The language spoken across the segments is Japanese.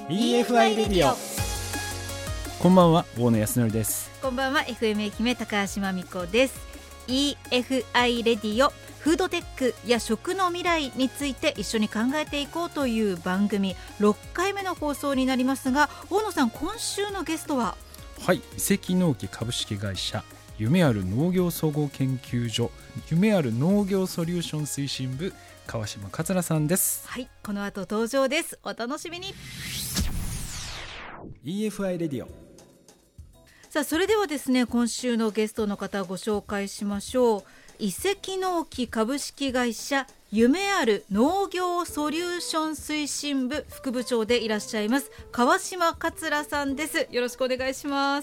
EFI レディオ。こんばんは、大野康則です。 こんばんは、 FM 愛媛高橋真美子です。 EFI レディオ、フードテックや食の未来について一緒に考えていこうという番組6回目の放送になりますが、大野さん、今週のゲストは、 はい、移籍農機株式会社夢ある農業総合研究所夢ある農業ソリューション推進部川島桂さんです。 はい、この後登場です。お楽しみに。 EFI レディオ。 さあ、それではですね、今週のゲストの方をご紹介しましょう。移籍農機株式会社夢ある農業ソリューション推進部副部長でいらっしゃいます川島桂さんです。よろしくお願いします。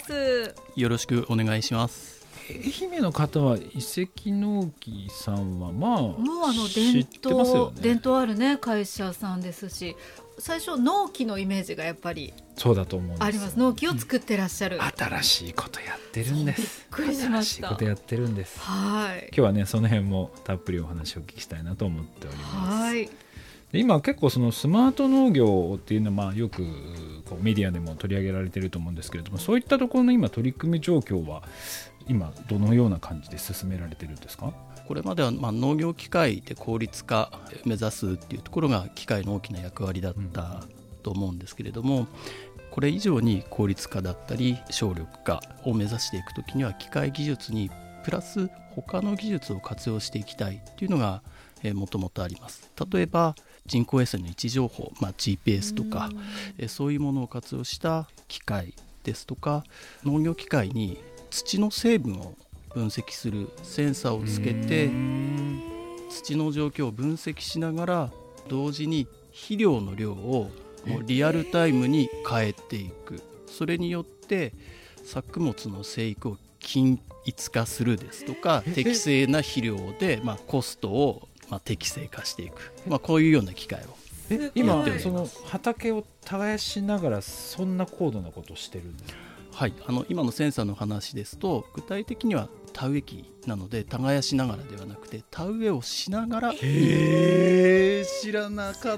よろしくお願いします。 愛媛の方は移籍農機さんはもう知ってますよね。 伝統あるね会社さんですし、最初農機のイメージがやっぱりそうだと思うんです。 あります。農機を作ってらっしゃる、 新しいことやってるんです。 びっくりしました。 新しいことやってるんです。 はい、 今日はね、その辺もたっぷりお話をお聞きしたいなと思っております。 はい。 で、今結構そのスマート農業っていうのはよくこうメディアでも取り上げられていると思うんですけれども、そういったところの今取り組み状況は今どのような感じで進められてるんですか？ これまでは農業機械で効率化目指すっていうところが機械の大きな役割だったと思うんですけれども、これ以上に効率化だったり省力化を目指していくときには、機械技術にプラス他の技術を活用していきたいっていうのがもともとあります。例えば人工衛星の位置情報、GPS とかそういうものを活用した機械ですとか、農業機械に土の成分を分析するセンサーをつけて土の状況を分析しながら、同時に肥料の量をもうリアルタイムに変えていく。それによって作物の生育を均一化するですとか、適正な肥料でコストを適正化していく、こういうような機械を今その畑を耕しながらそんな高度なことをしてるんですか？ はい、今のセンサーの話ですと、具体的には田植え機なので耕しながらではなくて田植えをしながら。 知らなかった。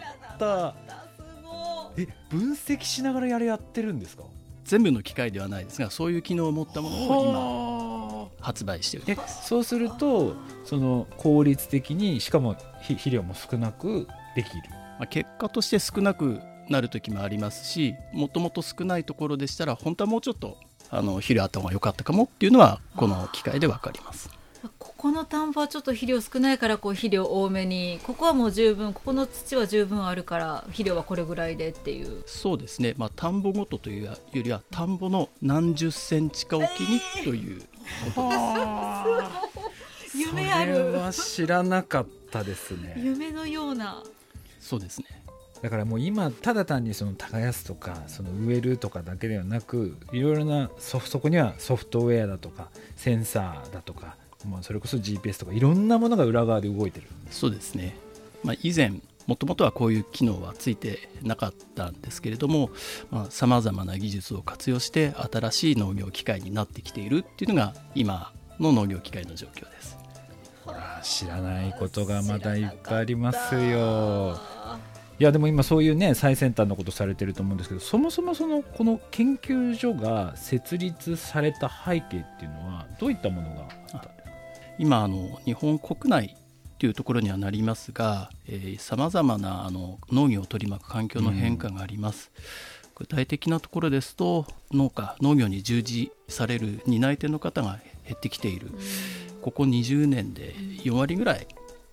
分析しながらやってるんですか？ 全部の機械ではないですが、そういう機能を持ったものを今発売しております。 そうするとその効率的に、しかも肥料も少なくできる。 結果として少なくなる時もありますし、もともと少ないところでしたら本当はもうちょっと肥料あった方が良かったかもっていうのはこの機械で分かります。 ここの田んぼはちょっと肥料少ないから肥料多めに、ここはもう十分、ここの土は十分あるから肥料はこれぐらいでっていう。 そうですね、田んぼごとというよりは田んぼの何十センチかおきにということです。 夢ある。 それは知らなかったですね。 夢のような。 そうですね。 だからもう今ただ単にその耕すとかその植えるとかだけではなく、いろいろなそこにはソフトウェアだとかセンサーだとか、それこそ GPS とかいろんなものが裏側で動いてる。 そうですね、以前もともとはこういう機能はついてなかったんですけれども、さまざまな技術を活用して新しい農業機械になってきているっていうのが今の農業機械の状況です。 ほら、知らないことがまだいっぱいありますよ。いやでも今そういうね、最先端のことされてると思うんですけど、そもそもこの研究所が設立された背景っていうのはどういったものがあったんですか？ 今日本国内というところにはなりますが、さまざまな農業を取り巻く環境の変化があります。具体的なところですと、農業に従事される担い手の方が減ってきている。ここ20年で4割ぐらい、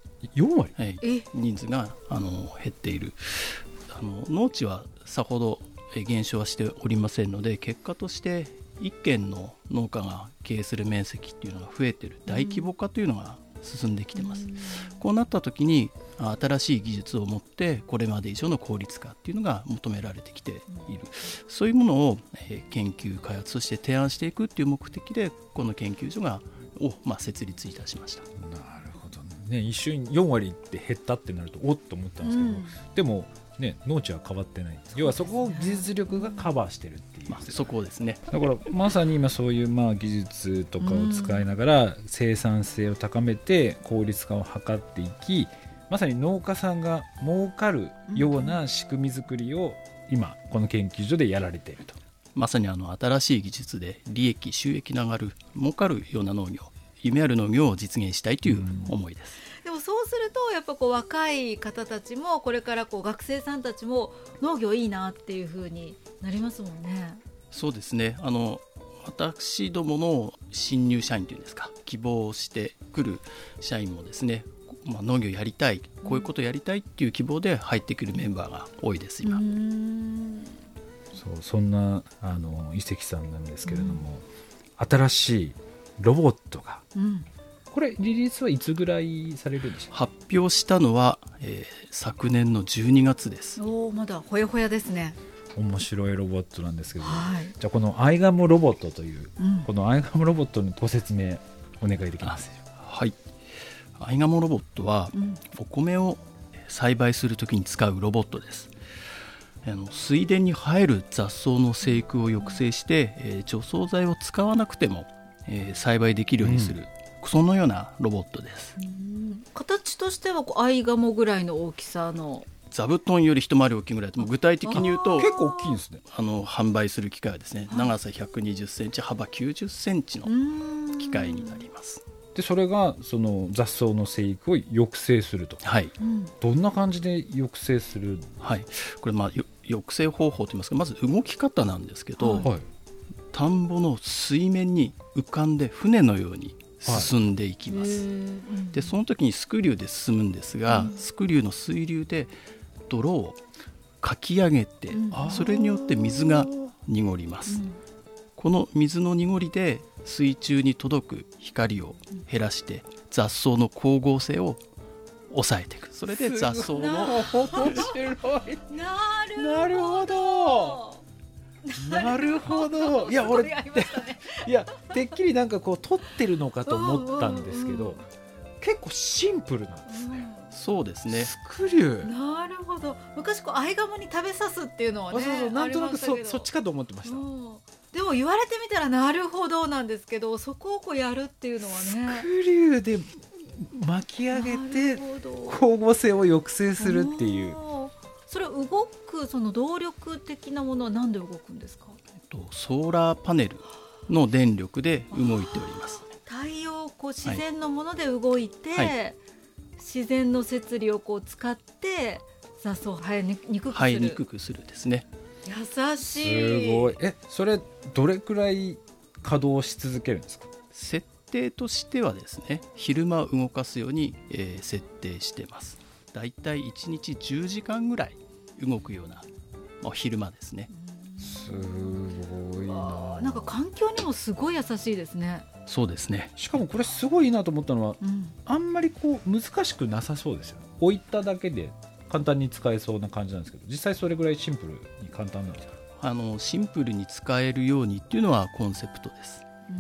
4割、 人数が減っている。農地はさほど減少はしておりませんので、結果として一軒の農家が経営する面積っていうのが増えている、大規模化というのが進んできてます。こうなった時に新しい技術を持ってこれまで以上の効率化っていうのが求められてきている。そういうものを研究開発として提案していくっていう目的で、この研究所を設立いたしました。 なるほどね。一瞬4割って減ったってなるとおっと思ったんですけど、でもね、農地は変わってない。要はそこを技術力がカバーしてるっていう、 そこですね。 だからまさに今そういう技術とかを使いながら生産性を高めて効率化を図っていき、まさに農家さんが儲かるような仕組み作りを今この研究所でやられていると。 まさに新しい技術で利益収益の上がる儲かるような農業、夢ある農業を実現したいという思いです。 でもそうするとやっぱ若い方たちもこれから学生さんたちも農業いいなっていう風になりますもんね。 そうですね、私どもの新入社員というんですか、希望してくる社員もですね、農業やりたい、こういうことやりたいっていう希望で入ってくるメンバーが多いです今。 そんな伊関さんなんですけれども、新しいロボットが、これリリースはいつぐらいされるんでしょうか。 発表したのは、昨年の12月です。 まだほやほやですね。 面白いロボットなんですけども、じゃあこのアイガモロボットという、このアイガモロボットのご説明お願いできますでしょうか。 はい、アイガモロボットは、お米を栽培するときに使うロボットです。水田に生える雑草の生育を抑制して、除草剤を使わなくても、栽培できるようにする、そのようなロボットです。 形としてはアイガモぐらいの大きさの、 座布団より一回り大きいぐらいで、具体的に言うと結構大きいんですね。 販売する機械はですね、長さ120センチ幅90センチの機械になります。 でそれがその雑草の生育を抑制すると。 はい、 どんな感じで抑制する。 はい、これ抑制方法といいますか、まず動き方なんですけど、田んぼの水面に浮かんで船のように進んでいきます。でその時にスクリューで進むんですが、スクリューの水流で泥をかき上げて、それによって水が濁ります。この水の濁りで水中に届く光を減らして雑草の光合成を抑えていく。それで雑草のなるほどなるほど。いや俺いやてっきりなんか取ってるのかと思ったんですけど、結構シンプルなんですね。 そうですね、 スクリュー。 なるほど。昔アイガモに食べさすっていうのはね、 なんとなくそっちかと思ってました。 でも言われてみたらなるほどなんですけど、そこをやるっていうのはね、 スクリューで巻き上げて光合成を抑制するっていう。 それ動くその動力的なものは何で動くんですか。 ソーラーパネルの電力で動いております。 太陽自然のもので動いて、自然の摂理を使って雑草を生えにくくするですね。 優しい。 すごい。それどれくらい稼働し続けるんですか。 設定としてはですね、昼間動かすように、設定しています。だいたい1日10時間ぐらい動くような、昼間ですね。 すごいな。 なんか環境にもすごい優しいですね。 そうですね。 しかもこれすごいいいなと思ったのは、あんまり難しくなさそうですよね。置いただけで簡単に使えそうな感じなんですけど、実際それぐらいシンプルに簡単なんですか。 シンプルに使えるようにっていうのはコンセプトです。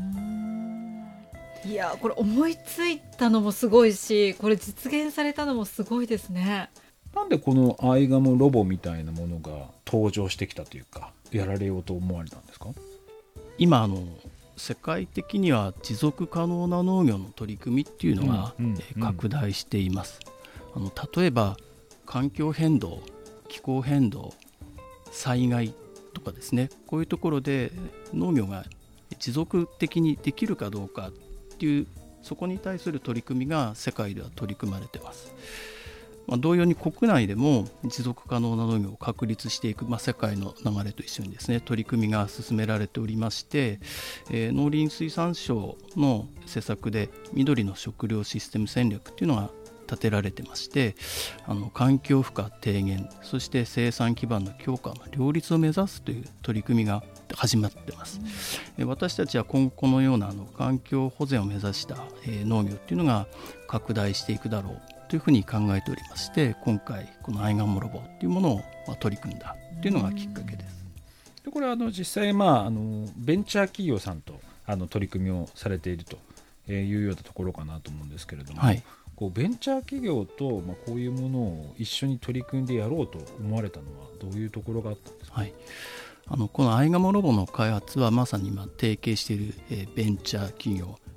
いやこれ思いついたのもすごいし、これ実現されたのもすごいですね。 なんでこのアイガモロボみたいなものが登場してきたというか、やられようと思われたんですか。 今世界的には持続可能な農業の取り組みっていうのが、拡大しています。例えば環境変動、気候変動、災害とかですね、こういうところで農業が持続的にできるかどうかっていう、そこに対する取り組みが世界では取り組まれています。同様に国内でも持続可能な農業を確立していく、世界の流れと一緒にですね、取り組みが進められておりまして、農林水産省の施策で緑の食料システム戦略というのが立てられてまして、環境負荷低減、そして生産基盤の強化の両立を目指すという取り組みが始まっています。私たちは今後このような環境保全を目指した農業というのが拡大していくだろうというふうに考えておりまして、今回このアイガモロボというものを取り組んだというのがきっかけです。 でこれは実際、ベンチャー企業さんと取り組みをされているというようなところかなと思うんですけれども、ベンチャー企業とこういうものを一緒に取り組んでやろうと思われたのはどういうところがあったんですか。 このアイガモロボの開発はまさに今提携しているベンチャー企業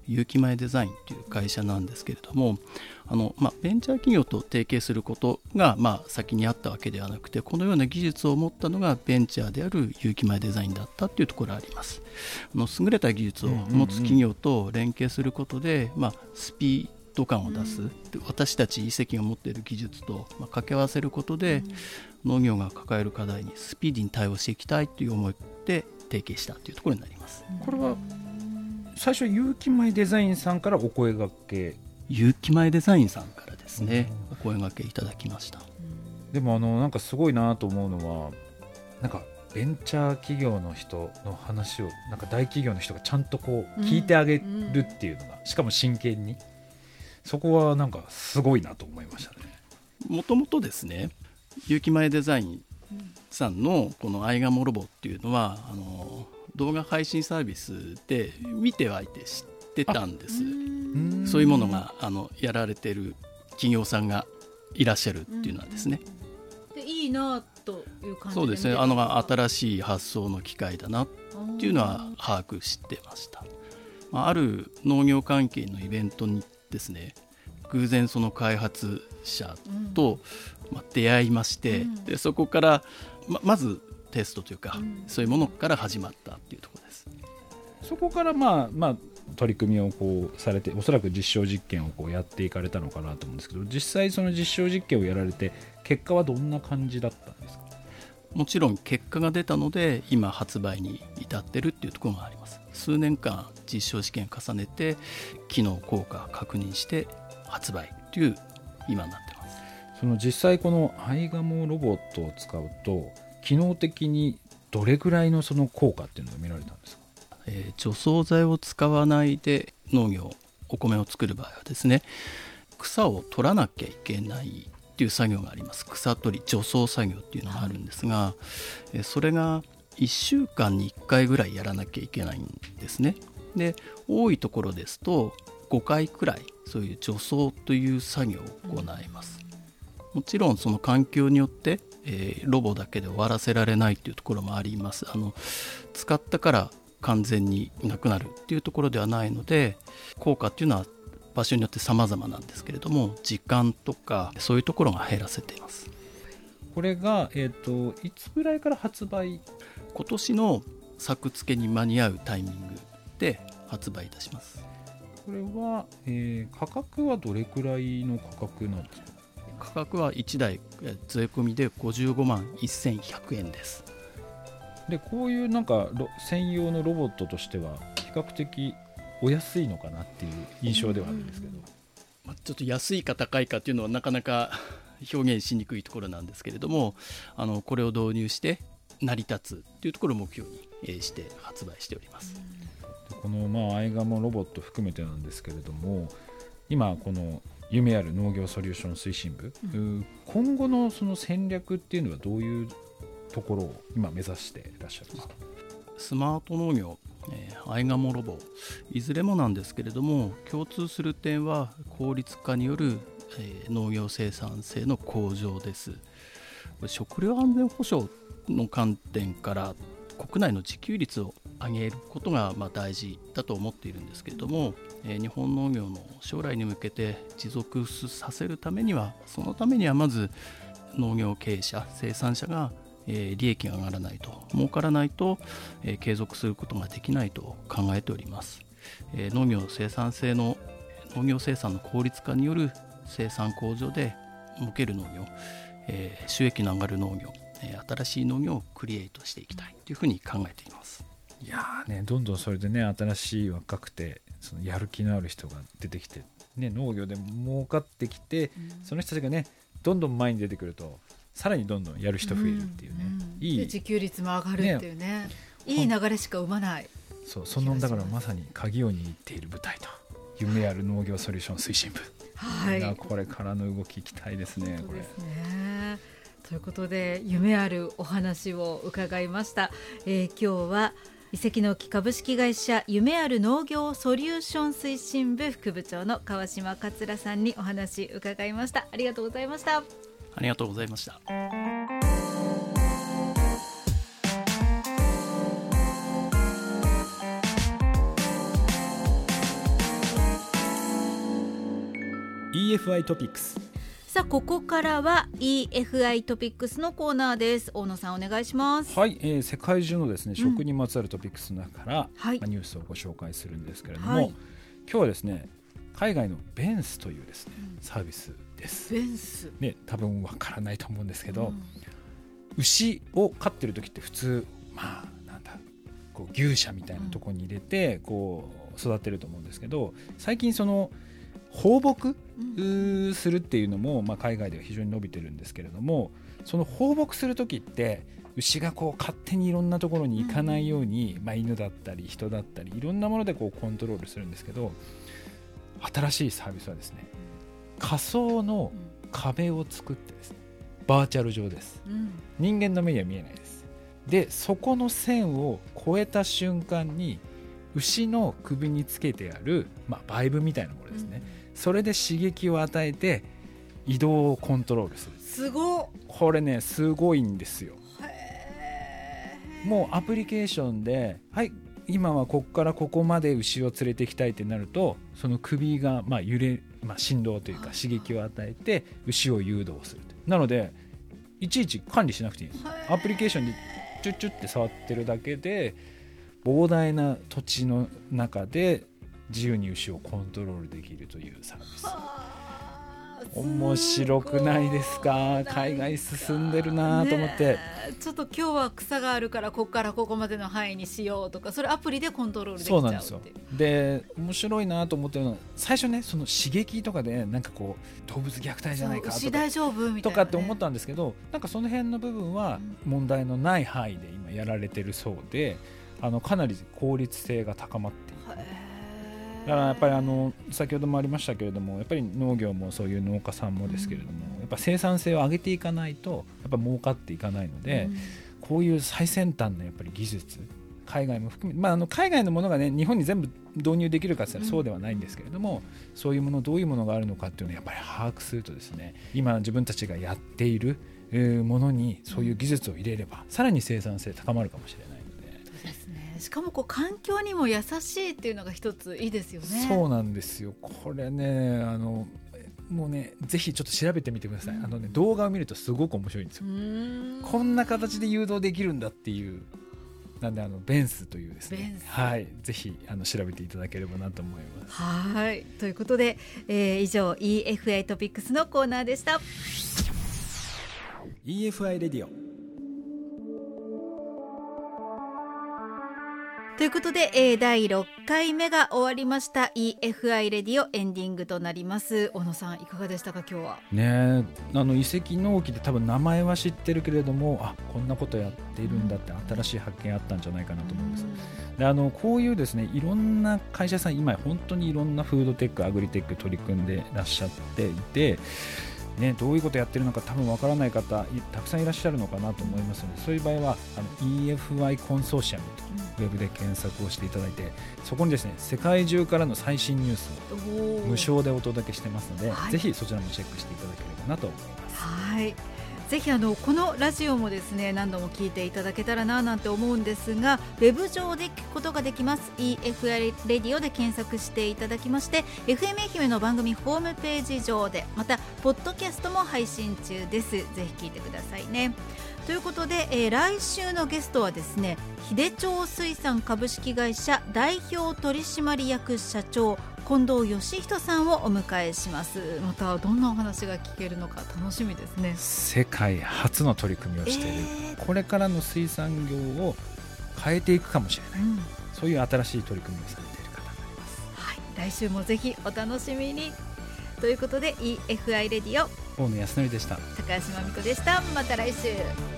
有機米デザインという会社なんですけれども、ベンチャー企業と提携することが先にあったわけではなくて、このような技術を持ったのがベンチャーである有機米デザインだったというところがあります。優れた技術を持つ企業と連携することで、スピード感を出す、私たち遺跡が持っている技術と掛け合わせることで、農業が抱える課題にスピーディーに対応していきたいという思いで提携したというところになります。 これは最初有機米デザインさんからお声掛け？ 有機米デザインさんからですね、お声掛けいただきました。 でもなんかすごいなと思うのは、なんかベンチャー企業の人の話をなんか大企業の人がちゃんとこう聞いてあげるっていうのが、しかも真剣に、そこはなんかすごいなと思いましたね。 もともとですね、有機米デザインさんのこのアイガモロボっていうのは動画配信サービスで見てはいて知ってたんです。そういうものがやられてる企業さんがいらっしゃるっていうのはですね、 でいいなという感じで。 そうですね、新しい発想の機会だなっていうのは把握してました。ある農業関係のイベントにですね、偶然その開発者と出会いまして、でそこからまずテストというか、そういうものから始まったっていうところです。 そこから取り組みをこうされて、おそらく実証実験をこうやっていかれたのかなと思うんですけど、実際その実証実験をやられて結果はどんな感じだったんですか？ もちろん結果が出たので今発売に至ってるっていうところがあります。数年間実証試験を重ねて機能効果を確認して発売という今になってます。 その実際このアイガモロボットを使うと機能的にどれぐらいのその効果っていうのが見られたんですか？ 除草剤を使わないで農業お米を作る場合はですね、草を取らなきゃいけないっていう作業があります。草取り除草作業っていうのがあるんですが、それが1週間に1回ぐらいやらなきゃいけないんですね。で多いところですと5回くらいそういう除草という作業を行います。もちろんその環境によって、ロボだけで終わらせられないというところもあります。使ったから完全になくなるっていうところではないので、効果っていうのは場所によって様々なんですけれども、時間とかそういうところが減らせています。 これが、いつぐらいから発売？ 今年の作付けに間に合うタイミングで発売いたします。 これは、価格はどれくらいの価格なんですか？ 価格は1台税込みで55万1100円です。 でこういうなんか専用のロボットとしては比較的お安いのかなっていう印象ではあるんですけど、 ちょっと安いか高いかっていうのはなかなか表現しにくいところなんですけれども、これを導入して成り立つっていうところを目標にして発売しております。 このアイガモロボット含めてなんですけれども、今この夢ある農業ソリューション推進部、今後のその戦略っていうのはどういうところを今目指していらっしゃるんですか？ スマート農業、アイガモロボ、いずれもなんですけれども、共通する点は効率化による、農業生産性の向上です。食料安全保障の観点から国内の自給率を上げることが大事だと思っているんですけれども、日本農業の将来に向けて持続させるためには、そのためにはまず農業経営者、生産者が利益が上がらないと、儲からないと継続することができないと考えております。農業生産の効率化による生産向上で儲ける農業、収益の上がる農業、新しい農業をクリエイトしていきたいというふうに考えています。 いやね、どんどんそれでね、新しい若くてそのやる気のある人が出てきて、ね、農業で儲かってきて、その人たちがねどんどん前に出てくるとさらにどんどんやる人増えるっていうね、いい自給率も上がるっていうね、いい流れしか生まない。 そのだからまさに鍵を握っている舞台と夢ある農業ソリューション推進部、これからの動き期待ですね。 そうですね。ということで夢あるお話を伺いました。今日は遺跡農機株式会社夢ある農業ソリューション推進部副部長の川島桂さんにお話伺いました。ありがとうございました。 ありがとうございました。 EFI トピックス。 さあここからは EFI トピックスのコーナーです。大野さんお願いします。 はい、世界中のですね、食にまつわるトピックスの中から、 はいニュースをご紹介するんですけれども、 はい今日はですね海外のベンスというですね、サービスです。 ベンス、 ね、多分わからないと思うんですけど、 うん牛を飼ってる時って普通なんだこう牛舎みたいなところに入れてこう育てると思うんですけど、最近その放牧するっていうのも、海外では非常に伸びてるんですけれども、その放牧する時って牛がこう勝手にいろんなところに行かないように、犬だったり人だったりいろんなものでこうコントロールするんですけど、新しいサービスはですね、仮想の壁を作ってですね、バーチャル上です。人間の目には見えないです。でそこの線を越えた瞬間に牛の首につけてある、バイブみたいなものですね、それで刺激を与えて移動をコントロールする。 すごっ。 これねすごいんですよ。 へー。 もうアプリケーションで、はい今はここからここまで牛を連れて行きたいってなると、その首が揺れ、振動というか刺激を与えて牛を誘導する。なのでいちいち管理しなくていいんです。アプリケーションでチュッチュって触ってるだけで膨大な土地の中で自由に牛をコントロールできるというサービス。面白くないですか？海外進んでるなと思って、 ちょっと今日は草があるからここからここまでの範囲にしようとか、それアプリでコントロールできちゃうっていう。 そうなんですよ。で面白いなと思ってるのは、最初ねその刺激とかでなんかこう動物虐待じゃないか牛大丈夫みたいな、 とかって思ったんですけど、なんかその辺の部分は問題のない範囲で今やられてるそうで、かなり効率性が高まっている。だからやっぱり先ほどもありましたけれども、やっぱり農業もそういう農家さんもですけれども、やっぱ生産性を上げていかないとやっぱ儲かっていかないので、こういう最先端のやっぱり技術、海外も含め、海外のものがね日本に全部導入できるかって言ったらそうではないんですけれども、そういうものどういうものがあるのかっていうのをやっぱり把握するとですね、今自分たちがやっているものにそういう技術を入れれば、さらに生産性高まるかもしれない。 しかもこう環境にも優しいっていうのが一ついいですよね。 そうなんですよ。これねもうねぜひちょっと調べてみてください。動画を見るとすごく面白いんですよ。こんな形で誘導できるんだっていう。なんでベンスというですね、はい、ぜひ調べていただければなと思います。 はい、ということで、以上 EFI トピックスのコーナーでした。 EFI レディオということで、第6回目が終わりました EFI レディオ、エンディングとなります。小野さんいかがでしたか今日は。 ね、遺跡農機で多分名前は知ってるけれども、こんなことやっているんだって新しい発見あったんじゃないかなと思います。でこういうですねいろんな会社さん今本当にいろんなフードテックアグリテック取り組んでらっしゃっていて、どういうことやってるのか多分わからない方たくさんいらっしゃるのかなと思いますので、そういう場合はEFI コンソーシアムとウェブで検索をしていただいて、そこにですね世界中からの最新ニュースを無償でお届けしてますので、ぜひそちらもチェックしていただければなと思います。 はい、ぜひこのラジオもですね何度も聞いていただけたらななんて思うんですが、ウェブ上で聞くことができます。 EFI レディオで検索していただきまして、 FM 愛媛の番組ホームページ上で、またポッドキャストも配信中です。ぜひ聞いてくださいね。ということで、来週のゲストはですね、秀町水産株式会社代表取締役社長近藤義人さんをお迎えします。またどんなお話が聞けるのか楽しみですね。 世界初の取り組みをしている、これからの水産業を変えていくかもしれない、そういう新しい取り組みをされている方があります。 はい、来週もぜひお楽しみに。ということで EFI レディオ、 大野康則でした。 高橋真美子でした。また来週。